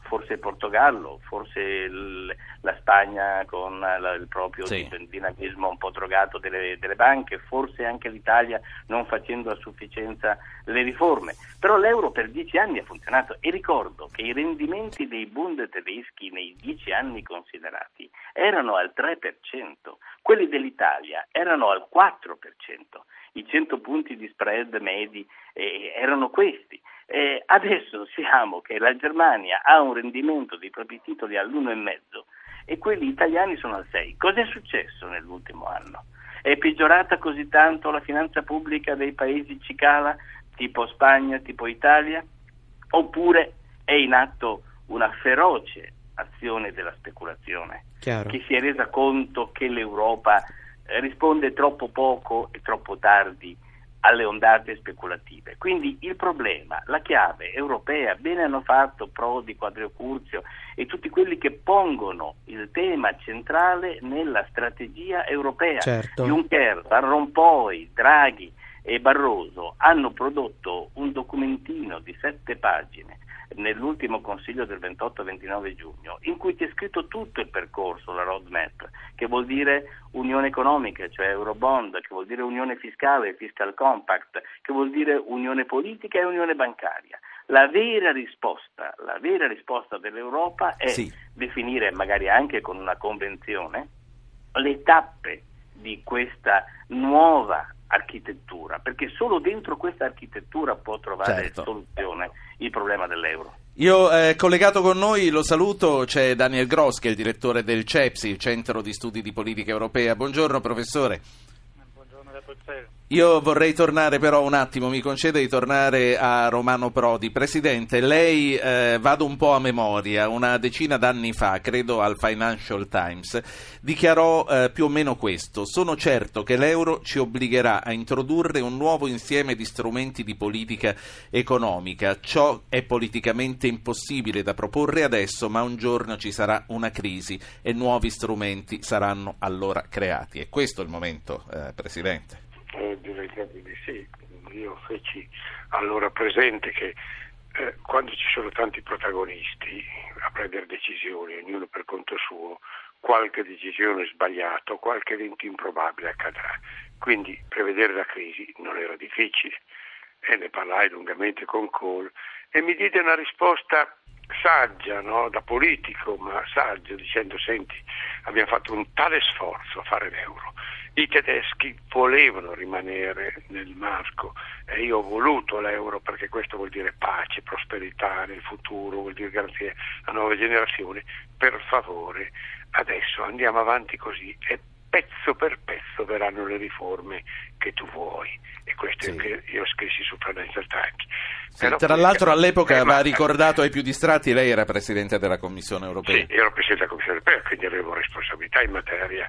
forse il Portogallo, forse il, la Spagna con la, il proprio sì. dinamismo un po' drogato delle, delle banche, forse anche l'Italia non facendo a sufficienza le riforme. Però l'euro per dieci anni ha funzionato e ricordo che i rendimenti dei Bund tedeschi nei dieci anni considerati erano al tre per cento, quelli dell'Italia erano al quattro per cento, i cento punti di spread medi eh, erano questi. Eh, adesso siamo che la Germania ha un rendimento dei propri titoli all'uno e mezzo e quelli italiani sono al sei. Cos'è successo nell'ultimo anno? È peggiorata così tanto la finanza pubblica dei paesi cicala, tipo Spagna, tipo Italia? Oppure è in atto una feroce azione della speculazione Chiaro. che si è resa conto che l'Europa risponde troppo poco e troppo tardi alle ondate speculative. Quindi il problema, la chiave europea, bene hanno fatto Prodi, Quadrio-Curzio e tutti quelli che pongono il tema centrale nella strategia europea. Certo. Juncker, Van Rompuy, Draghi e Barroso hanno prodotto un documentino di sette pagine nell'ultimo consiglio del ventotto ventinove giugno, in cui c'è scritto tutto il percorso, la roadmap, che vuol dire unione economica, cioè Eurobond, che vuol dire unione fiscale, fiscal compact, che vuol dire unione politica e unione bancaria. La vera risposta, la vera risposta dell'Europa è sì. definire, magari anche con una convenzione, le tappe di questa nuova architettura, perché solo dentro questa architettura può trovare certo. soluzione il problema dell'euro. Io eh, collegato con noi, lo saluto, c'è Daniel Gross, che è il direttore del CEPSI, il Centro di Studi di Politica Europea. Buongiorno professore. Buongiorno da Bruxelles. Io vorrei tornare però un attimo, mi concede di tornare a Romano Prodi. Presidente, lei, eh, vado un po' a memoria, una decina d'anni fa, credo al Financial Times, dichiarò eh, più o meno questo: sono certo che l'euro ci obbligherà a introdurre un nuovo insieme di strumenti di politica economica. Ciò è politicamente impossibile da proporre adesso, ma un giorno ci sarà una crisi e nuovi strumenti saranno allora creati. E questo è il momento, eh, Presidente. Eh, direi proprio di sì. Io feci allora presente che eh, quando ci sono tanti protagonisti a prendere decisioni, ognuno per conto suo, qualche decisione sbagliata, qualche evento improbabile accadrà. Quindi prevedere la crisi non era difficile e ne parlai lungamente con Kohl e mi diede una risposta saggia, no? Da politico, ma saggio, dicendo: senti, abbiamo fatto un tale sforzo a fare l'euro, i tedeschi volevano rimanere nel marco e io ho voluto l'euro perché questo vuol dire pace, prosperità nel futuro, vuol dire garanzia a nuove generazioni. Per favore, adesso andiamo avanti così e pezzo per pezzo verranno le riforme che tu vuoi. E questo sì. è che io scrissi su Financial Times. Sì, tra l'altro all'epoca eh, va ricordato ai più distratti, lei era Presidente della Commissione Europea. Sì, io ero Presidente della Commissione Europea, quindi avevo responsabilità in materia.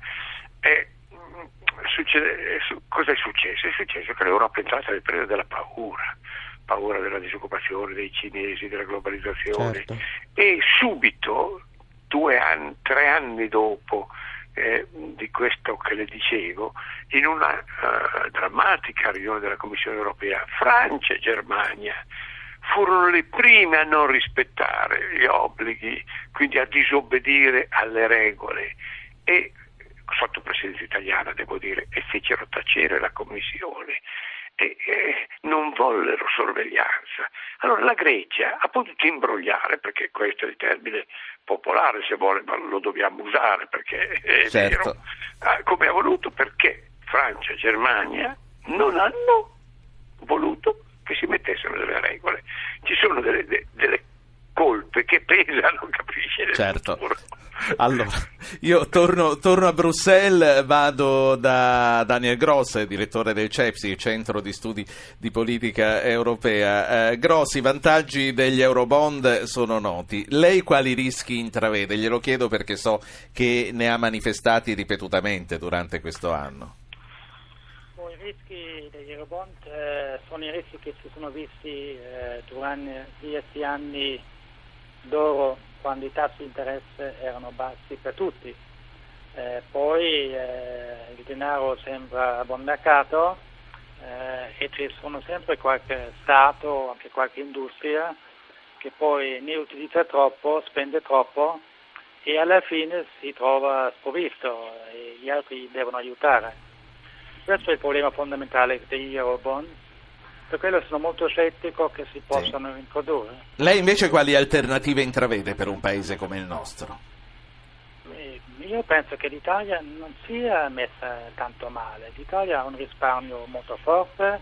E succede, cosa è successo? È successo che l'Europa è entrata nel periodo della paura, paura della disoccupazione, dei cinesi, della globalizzazione, certo. E subito, due anni, tre anni dopo eh, di questo che le dicevo, in una uh, drammatica riunione della Commissione Europea, Francia e Germania furono le prime a non rispettare gli obblighi, quindi a disobbedire alle regole, e sotto presidenza italiana, devo dire, e fecero tacere la Commissione e, e non vollero sorveglianza. Allora la Grecia ha potuto imbrogliare, perché questo è il termine popolare, se vuole, ma lo dobbiamo usare perché è certo. vero, come ha voluto, perché Francia e Germania non hanno voluto che si mettessero delle regole. Ci sono delle, de, delle colpe che pesano, capisci? Certo. Allora, io torno, torno a Bruxelles, vado da Daniel Gross, direttore del CEPSI, il Centro di Studi di Politica Europea. Eh, Gross, i vantaggi degli Eurobond sono noti. Lei quali rischi intravede? Glielo chiedo perché so che ne ha manifestati ripetutamente durante questo anno. Oh, i rischi degli Eurobond eh, sono i rischi che si sono visti eh, durante dieci anni d'oro, quando i tassi di interesse erano bassi per tutti. Eh, poi eh, il denaro sembra abbondacato eh, e ci sono sempre qualche Stato, anche qualche industria che poi ne utilizza troppo, spende troppo e alla fine si trova sprovvisto e gli altri devono aiutare. Questo è il problema fondamentale degli Eurobond, per quello sono molto scettico che si possano sì. introdurre. Lei invece quali alternative intravede per un paese come il nostro? Eh, io penso che l'Italia non sia messa tanto male. L'Italia ha un risparmio molto forte,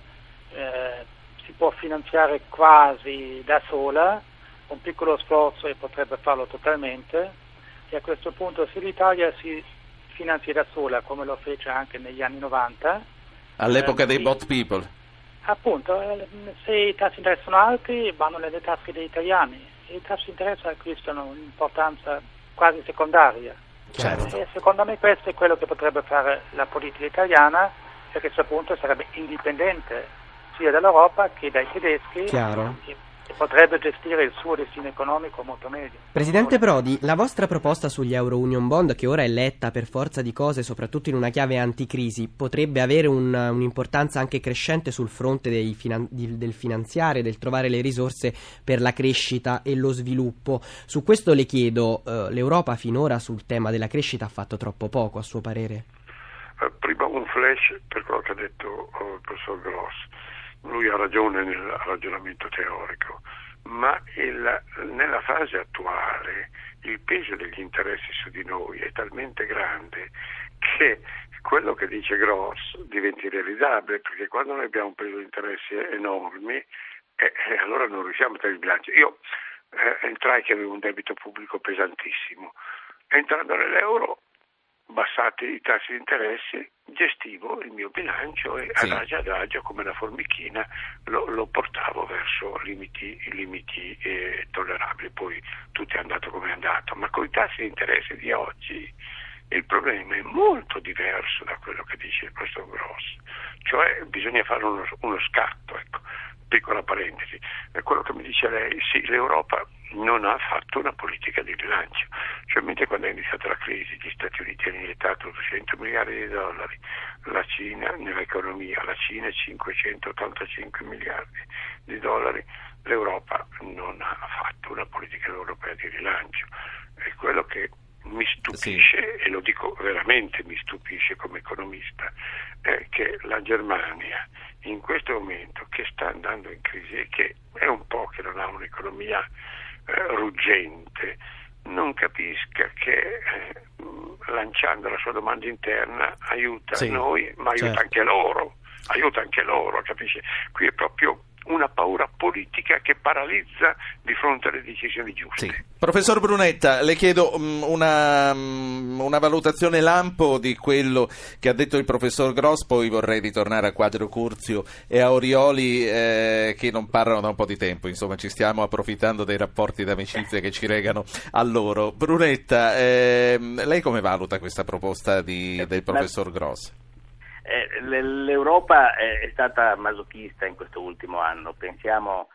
eh, si può finanziare quasi da sola, un piccolo sforzo e potrebbe farlo totalmente, e a questo punto se l'Italia si finanzia da sola come lo fece anche negli anni novanta, all'epoca eh, dei sì, bot people, appunto, se i tassi di interesse sono alti vanno nelle tasche degli italiani e i tassi di interesse acquistano un'importanza quasi secondaria. Certo. E secondo me questo è quello che potrebbe fare la politica italiana, perché a questo punto sarebbe indipendente sia dall'Europa che dai tedeschi. Chiaro. E, e potrebbe gestire il suo destino economico molto meglio. Presidente Prodi, la vostra proposta sugli Euro Union Bond, che ora è letta per forza di cose soprattutto in una chiave anticrisi, potrebbe avere un, un'importanza anche crescente sul fronte dei finan- di, del finanziare, del trovare le risorse per la crescita e lo sviluppo. Su questo le chiedo, eh, l'Europa finora sul tema della crescita ha fatto troppo poco, a suo parere? Uh, prima un flash per quello che ha detto uh, il professor Gross. Lui ha ragione nel ragionamento teorico, ma il, nella fase attuale il peso degli interessi su di noi è talmente grande che quello che dice Gross diventa irrealizzabile, perché quando noi abbiamo un peso di interessi enormi, eh, eh, allora non riusciamo a tenere il bilancio. Io eh, entrai che avevo un debito pubblico pesantissimo, entrando nell'euro, abbassati i tassi di interessi, gestivo il mio bilancio e sì. adagio adagio come una formichina lo, lo portavo verso limiti, limiti eh, tollerabili. Poi tutto è andato come è andato, ma con i tassi di interesse di oggi il problema è molto diverso da quello che dice il professor Gross, cioè bisogna fare uno, uno scatto, ecco. Piccola parentesi, è quello che mi dice lei, sì, l'Europa non ha fatto una politica di rilancio, cioè mentre quando è iniziata la crisi gli Stati Uniti hanno iniettato duecento miliardi di dollari, la Cina nell'economia, la Cina cinquecentottantacinque miliardi di dollari, l'Europa non ha fatto una politica europea di rilancio. È quello che mi stupisce, sì. e lo dico veramente mi stupisce come economista, è che la Germania in questo momento che sta andando in crisi e che è un po' che non ha un'economia eh, ruggente, non capisca che eh, lanciando la sua domanda interna aiuta sì, noi, ma aiuta certo. anche loro, aiuta anche loro, capisce? Qui è proprio una paura politica che paralizza di fronte alle decisioni giuste. Sì. Professor Brunetta, le chiedo um, una, um, una valutazione lampo di quello che ha detto il professor Gross, poi vorrei ritornare a Quadro Curzio e a Orioli eh, che non parlano da un po' di tempo, insomma ci stiamo approfittando dei rapporti d'amicizia che ci legano a loro. Brunetta, eh, lei come valuta questa proposta di, del professor Gross? Eh, L'Europa è stata masochista in questo ultimo anno, pensiamo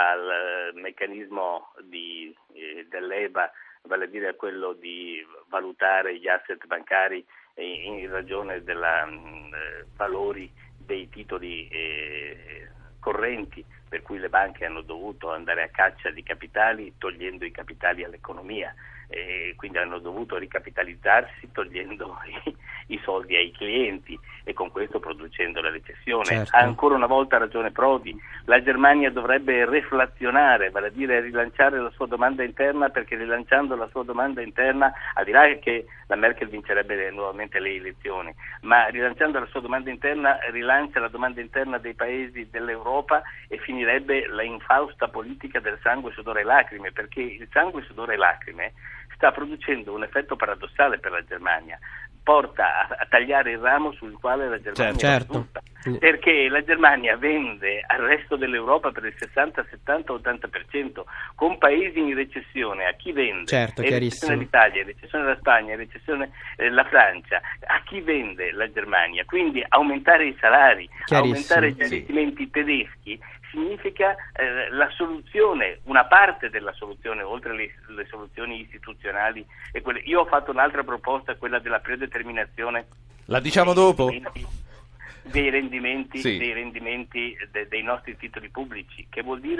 al meccanismo di, eh, dell'E B A, vale a dire a quello di valutare gli asset bancari in, in ragione dei eh, valori dei titoli eh, correnti, per cui le banche hanno dovuto andare a caccia di capitali togliendo i capitali all'economia. E quindi hanno dovuto ricapitalizzarsi togliendo i, i soldi ai clienti e con questo producendo la recessione. Certo. Ha ancora una volta ragione Prodi, la Germania dovrebbe reflazionare, vale a dire rilanciare la sua domanda interna, perché rilanciando la sua domanda interna, al di là che la Merkel vincerebbe nuovamente le elezioni, ma rilanciando la sua domanda interna rilancia la domanda interna dei paesi dell'Europa e finirebbe la infausta politica del sangue, sudore e lacrime, perché il sangue, sudore e lacrime sta producendo un effetto paradossale per la Germania, porta a, a tagliare il ramo sul quale la Germania certo. è tutta, perché la Germania vende al resto dell'Europa per il sessanta, settanta, ottanta per cento, con paesi in recessione. A chi vende? Certo, è recessione l'Italia, è recessione la Spagna, è recessione eh, la Francia. A chi vende la Germania? Quindi aumentare i salari, aumentare gli investimenti sì. tedeschi significa eh, la soluzione, una parte della soluzione, oltre le, le soluzioni istituzionali. E quelle. Io ho fatto un'altra proposta, quella della predeterminazione. La diciamo dopo? Dei rendimenti, sì. dei rendimenti de, dei nostri titoli pubblici, che vuol dire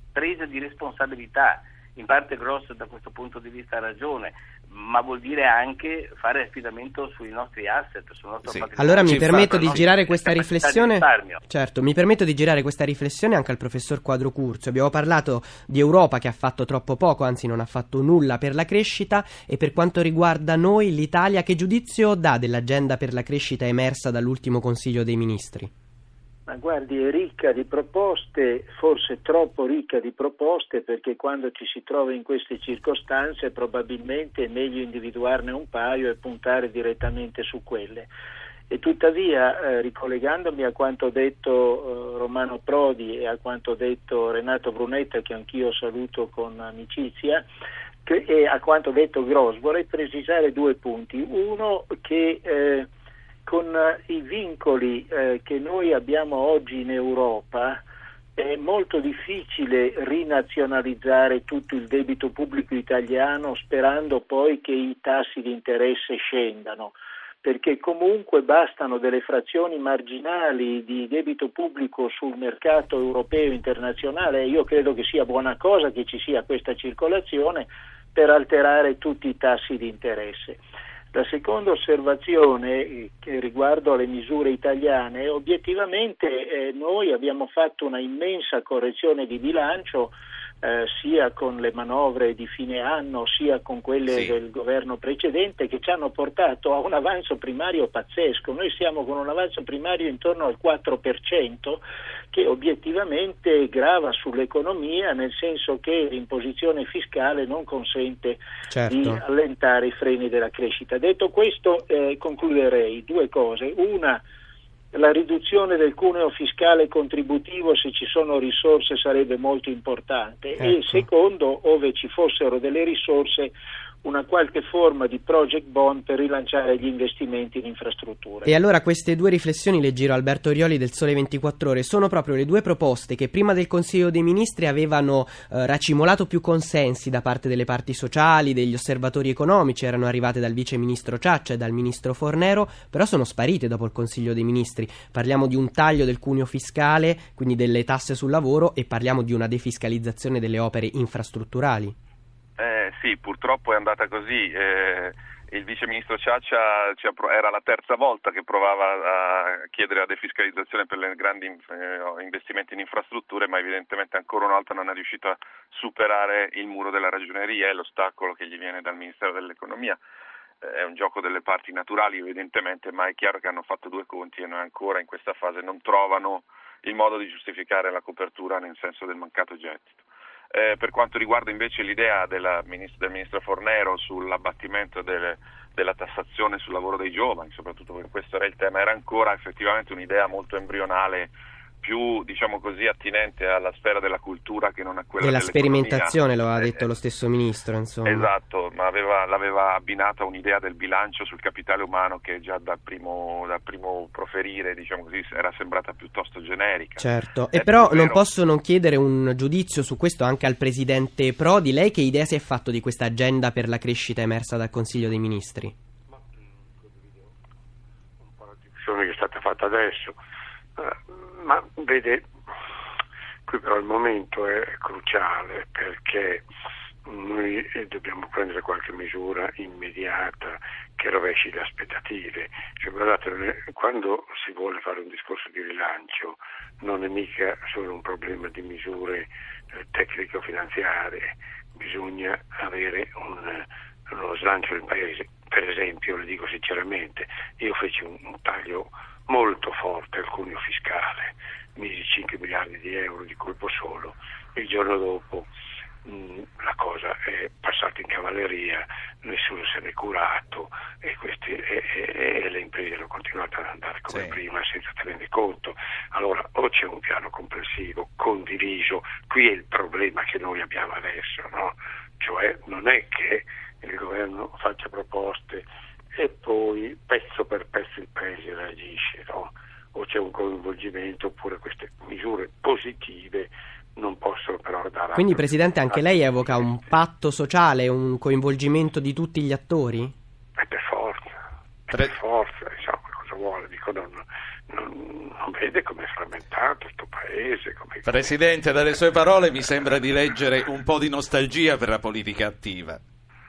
presa di responsabilità. In parte Gross da questo punto di vista ha ragione, ma vuol dire anche fare affidamento sui nostri asset, sul nostro sì. patrimonio. Allora mi Ci permetto fa, di no? girare questa Capacità riflessione. di Certo, mi permetto di girare questa riflessione anche al professor Quadrocurzo. Abbiamo parlato di Europa che ha fatto troppo poco, anzi non ha fatto nulla per la crescita, e per quanto riguarda noi, l'Italia, che giudizio dà dell'agenda per la crescita emersa dall'ultimo Consiglio dei Ministri? Ma guardi, è ricca di proposte, forse troppo ricca di proposte, perché quando ci si trova in queste circostanze probabilmente è meglio individuarne un paio e puntare direttamente su quelle. E tuttavia, eh, ricollegandomi a quanto detto eh, Romano Prodi e a quanto detto Renato Brunetta, che anch'io saluto con amicizia, che, e a quanto detto Gross, vorrei precisare due punti. Uno, che eh, con i vincoli eh, che noi abbiamo oggi in Europa è molto difficile rinazionalizzare tutto il debito pubblico italiano sperando poi che i tassi di interesse scendano, perché comunque bastano delle frazioni marginali di debito pubblico sul mercato europeo e internazionale, e io credo che sia buona cosa che ci sia questa circolazione per alterare tutti i tassi di interesse. La seconda osservazione, che riguardo alle misure italiane, obiettivamente eh, noi abbiamo fatto una immensa correzione di bilancio eh, sia con le manovre di fine anno sia con quelle sì. del governo precedente, che ci hanno portato a un avanzo primario pazzesco. Noi siamo con un avanzo primario intorno al quattro per cento, che obiettivamente grava sull'economia, nel senso che l'imposizione fiscale non consente certo. di allentare i freni della crescita. Detto questo, eh, concluderei due cose. Una, la riduzione del cuneo fiscale contributivo, se ci sono risorse, sarebbe molto importante. Ecco. E secondo, ove ci fossero delle risorse, una qualche forma di project bond per rilanciare gli investimenti in infrastrutture. E allora queste due riflessioni le giro a Alberto Rioli del Sole ventiquattro Ore. Sono proprio le due proposte che prima del Consiglio dei Ministri avevano eh, racimolato più consensi da parte delle parti sociali, degli osservatori economici, erano arrivate dal vice ministro Ciaccia e dal ministro Fornero, però sono sparite dopo il Consiglio dei Ministri. Parliamo di un taglio del cuneo fiscale, quindi delle tasse sul lavoro, e parliamo di una defiscalizzazione delle opere infrastrutturali. Eh, sì, purtroppo è andata così. Eh, il vice ministro Ciaccia era la terza volta che provava a chiedere la defiscalizzazione per i grandi eh, investimenti in infrastrutture, ma evidentemente ancora una volta non è riuscito a superare il muro della ragioneria e l'ostacolo che gli viene dal Ministero dell'Economia. Eh, è un gioco delle parti naturali evidentemente, ma è chiaro che hanno fatto due conti e noi ancora in questa fase non trovano il modo di giustificare la copertura nel senso del mancato gettito. Eh, per quanto riguarda invece l'idea della ministro, del ministro Fornero sull'abbattimento delle, della tassazione sul lavoro dei giovani, soprattutto perché questo era il tema, era ancora effettivamente un'idea molto embrionale, più diciamo così attinente alla sfera della cultura che non a quella della dell'economia. Sperimentazione, lo ha eh, detto lo stesso ministro, insomma. Esatto, ma aveva, l'aveva abbinata a un'idea del bilancio sul capitale umano che già dal primo, dal primo proferire, diciamo così, era sembrata piuttosto generica. Certo, e è però vero... non posso non chiedere un giudizio su questo anche al presidente Prodi. Lei che idea si è fatto di questa agenda per la crescita emersa dal Consiglio dei Ministri? Ma condivido un po' la discussione che è stata fatta adesso. Uh, ma vede, qui però il momento è cruciale, perché noi dobbiamo prendere qualche misura immediata che rovesci le aspettative. Cioè, guardate, quando si vuole fare un discorso di rilancio non è mica solo un problema di misure eh, tecnico-finanziarie, bisogna avere un, uno slancio del paese. Per esempio, le dico sinceramente, io feci un, un taglio molto forte al cuneo fiscale, misi cinque miliardi di euro di colpo solo. Il giorno dopo mh, la cosa è passata in cavalleria, nessuno se n'è curato e, questi, e, e, e le imprese hanno continuato ad andare come sì. prima senza tenere conto. Allora o c'è un piano complessivo condiviso, qui è il problema che noi abbiamo adesso, no? Cioè non è che il governo faccia proposte e poi pezzo per pezzo il paese reagisce, no? O c'è un coinvolgimento, oppure queste misure positive non possono però dare... Quindi Presidente anche lei evoca un patto sociale, un coinvolgimento di tutti gli attori? E per forza, per Pre- forza, insomma. cosa vuole? Dico, non, non, non vede come è frammentato questo paese. Come... Presidente, dalle sue parole mi sembra di leggere un po' di nostalgia per la politica attiva.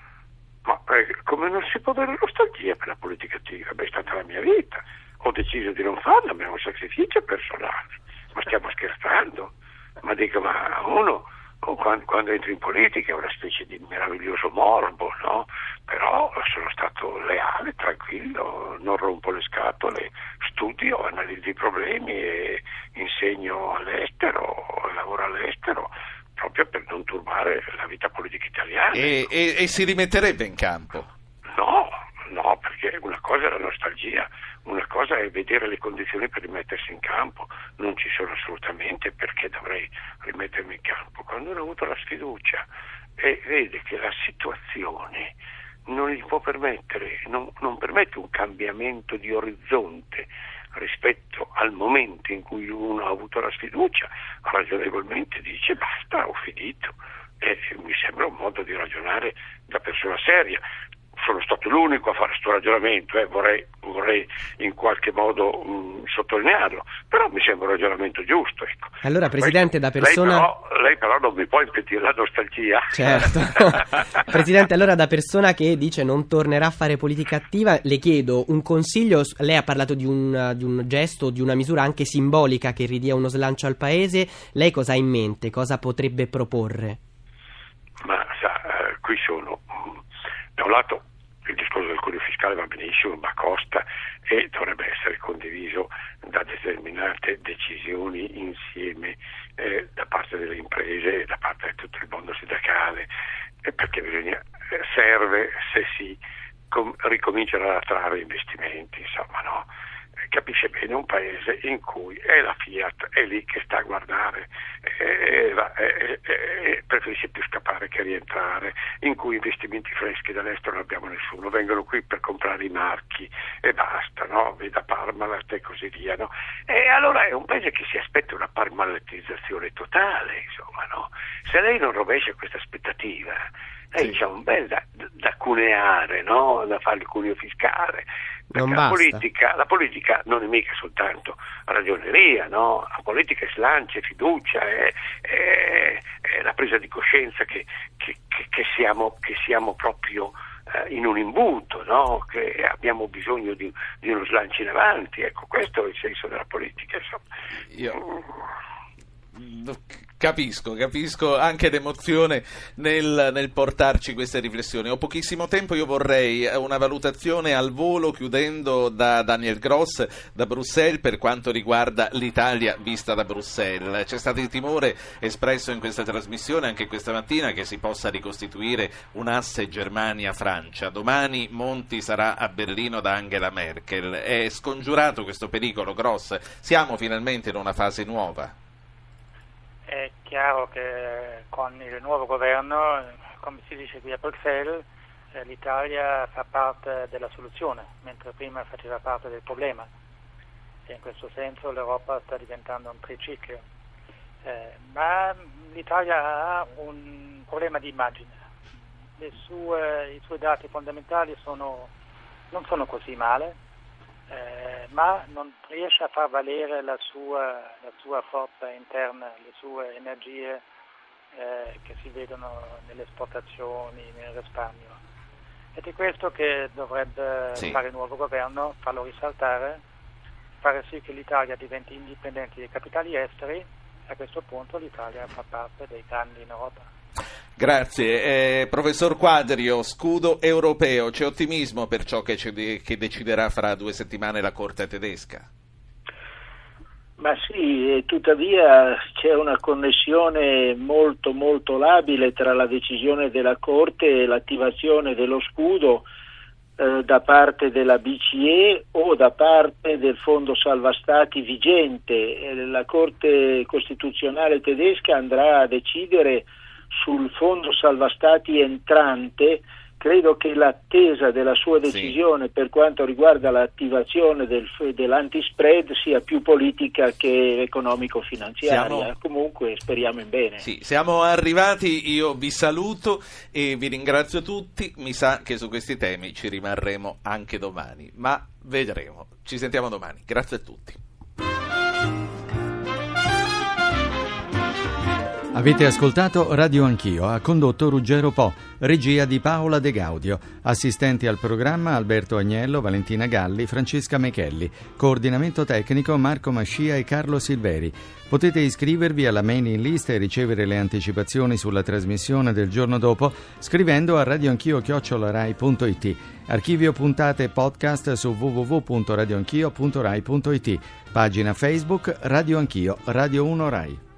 Ma eh, come non si può avere nostalgia per la politica attiva? Beh, è stata la mia vita, ho deciso di non farla, ma è un sacrificio personale. Ma stiamo scherzando? Ma dico, ma uno quando, quando entri in politica è una specie di meraviglioso morbo, no? Però sono stato leale, tranquillo, non rompo le scatole, studio, analizzo i problemi e insegno all'estero, lavoro all'estero, proprio per non turbare la vita politica italiana. E, e, e si rimetterebbe in campo? No, no, perché una cosa è la nostalgia, una cosa è vedere le condizioni per rimettersi in campo. Non ci sono assolutamente, perché dovrei rimettermi in campo. Quando uno ha avuto la sfiducia e vede che la situazione non gli può permettere, non, non permette un cambiamento di orizzonte rispetto al momento in cui uno ha avuto la sfiducia, ragionevolmente dice basta, ho finito. E mi sembra un modo di ragionare da persona seria. Sono stato l'unico a fare questo ragionamento, eh, vorrei, vorrei in qualche modo mh, sottolinearlo, però mi sembra un ragionamento giusto. Ecco. Allora, Presidente, da persona... Lei però, lei però non mi può impedire la nostalgia. Certo. Presidente, allora da persona che dice non tornerà a fare politica attiva, le chiedo un consiglio. Lei ha parlato di un, di un gesto, di una misura anche simbolica che ridia uno slancio al Paese. Lei cosa ha in mente? Cosa potrebbe proporre? Ma sa, eh, qui sono, da un lato il discorso del cuneo fiscale va benissimo, ma costa e dovrebbe essere condiviso da determinate decisioni insieme eh, da parte delle imprese e da parte di tutto il mondo sindacale, eh, perché bisogna, eh, serve se si com- ricominciano ad attrarre investimenti, insomma, no? Capisce bene un paese in cui è la Fiat, è lì che sta a guardare, e, e, e, preferisce più scappare che rientrare, in cui investimenti freschi dall'estero non abbiamo nessuno, vengono qui per comprare i marchi e basta, no? Veda Parmalat e così via, no? E allora è un paese che si aspetta una parmalatizzazione totale, insomma, no? Se lei non rovescia questa aspettativa, lei c'ha un bel da, da cuneare, no? Da fare il cuneo fiscale. Perché la politica, la politica non è mica soltanto ragioneria, no? La politica è slancio, è fiducia, è, è, è la presa di coscienza che, che, che, che, siamo, che siamo proprio eh, in un imbuto, no? Che abbiamo bisogno di, di uno slancio in avanti. Ecco, questo è il senso della politica, insomma. Io... Capisco, capisco anche l'emozione nel, nel portarci queste riflessioni. Ho pochissimo tempo, io vorrei una valutazione al volo, chiudendo, da Daniel Gross, da Bruxelles, per quanto riguarda l'Italia vista da Bruxelles. C'è stato il timore espresso in questa trasmissione, anche questa mattina, che si possa ricostituire un asse Germania-Francia. Domani Monti sarà a Berlino da Angela Merkel. È scongiurato questo pericolo, Gross? Siamo finalmente in una fase nuova? È chiaro che con il nuovo governo, come si dice qui a Bruxelles, eh, l'Italia fa parte della soluzione, mentre prima faceva parte del problema. E in questo senso l'Europa sta diventando un triciclo. Eh, ma l'Italia ha un problema di immagine. Le sue, i suoi dati fondamentali sono, non sono così male, Eh, ma non riesce a far valere la sua, la sua forza interna, le sue energie eh, che si vedono nelle esportazioni, nel risparmio. Ed è questo che dovrebbe sì. fare il nuovo governo, farlo risaltare, fare sì che l'Italia diventi indipendente dai capitali esteri. A questo punto l'Italia fa parte dei grandi in Europa. Grazie. Eh, professor Quadrio, scudo europeo, c'è ottimismo per ciò che, che deciderà fra due settimane la Corte tedesca? Ma sì, e tuttavia c'è una connessione molto molto labile tra la decisione della Corte e l'attivazione dello scudo eh, da parte della B C E o da parte del Fondo Salva Stati vigente. Eh, la Corte Costituzionale tedesca andrà a decidere sul Fondo Salva Stati entrante credo che l'attesa della sua decisione sì. per quanto riguarda l'attivazione del, dell'antispread sia più politica che economico-finanziaria. Siamo... Comunque speriamo in bene. Sì, siamo arrivati, io vi saluto e vi ringrazio tutti. Mi sa che su questi temi ci rimarremo anche domani, ma vedremo. Ci sentiamo domani. Grazie a tutti. Avete ascoltato Radio Anch'io, ha condotto Ruggero Po, regia di Paola De Gaudio, assistenti al programma Alberto Agnello, Valentina Galli, Francesca Mechelli, coordinamento tecnico Marco Mascia e Carlo Silveri. Potete iscrivervi alla mailing list e ricevere le anticipazioni sulla trasmissione del giorno dopo scrivendo a radioanchio chiocciola rai punto it. Archivio puntate e podcast su w w w punto radioanchio punto rai punto it. Pagina Facebook Radio Anch'io, Radio uno Rai.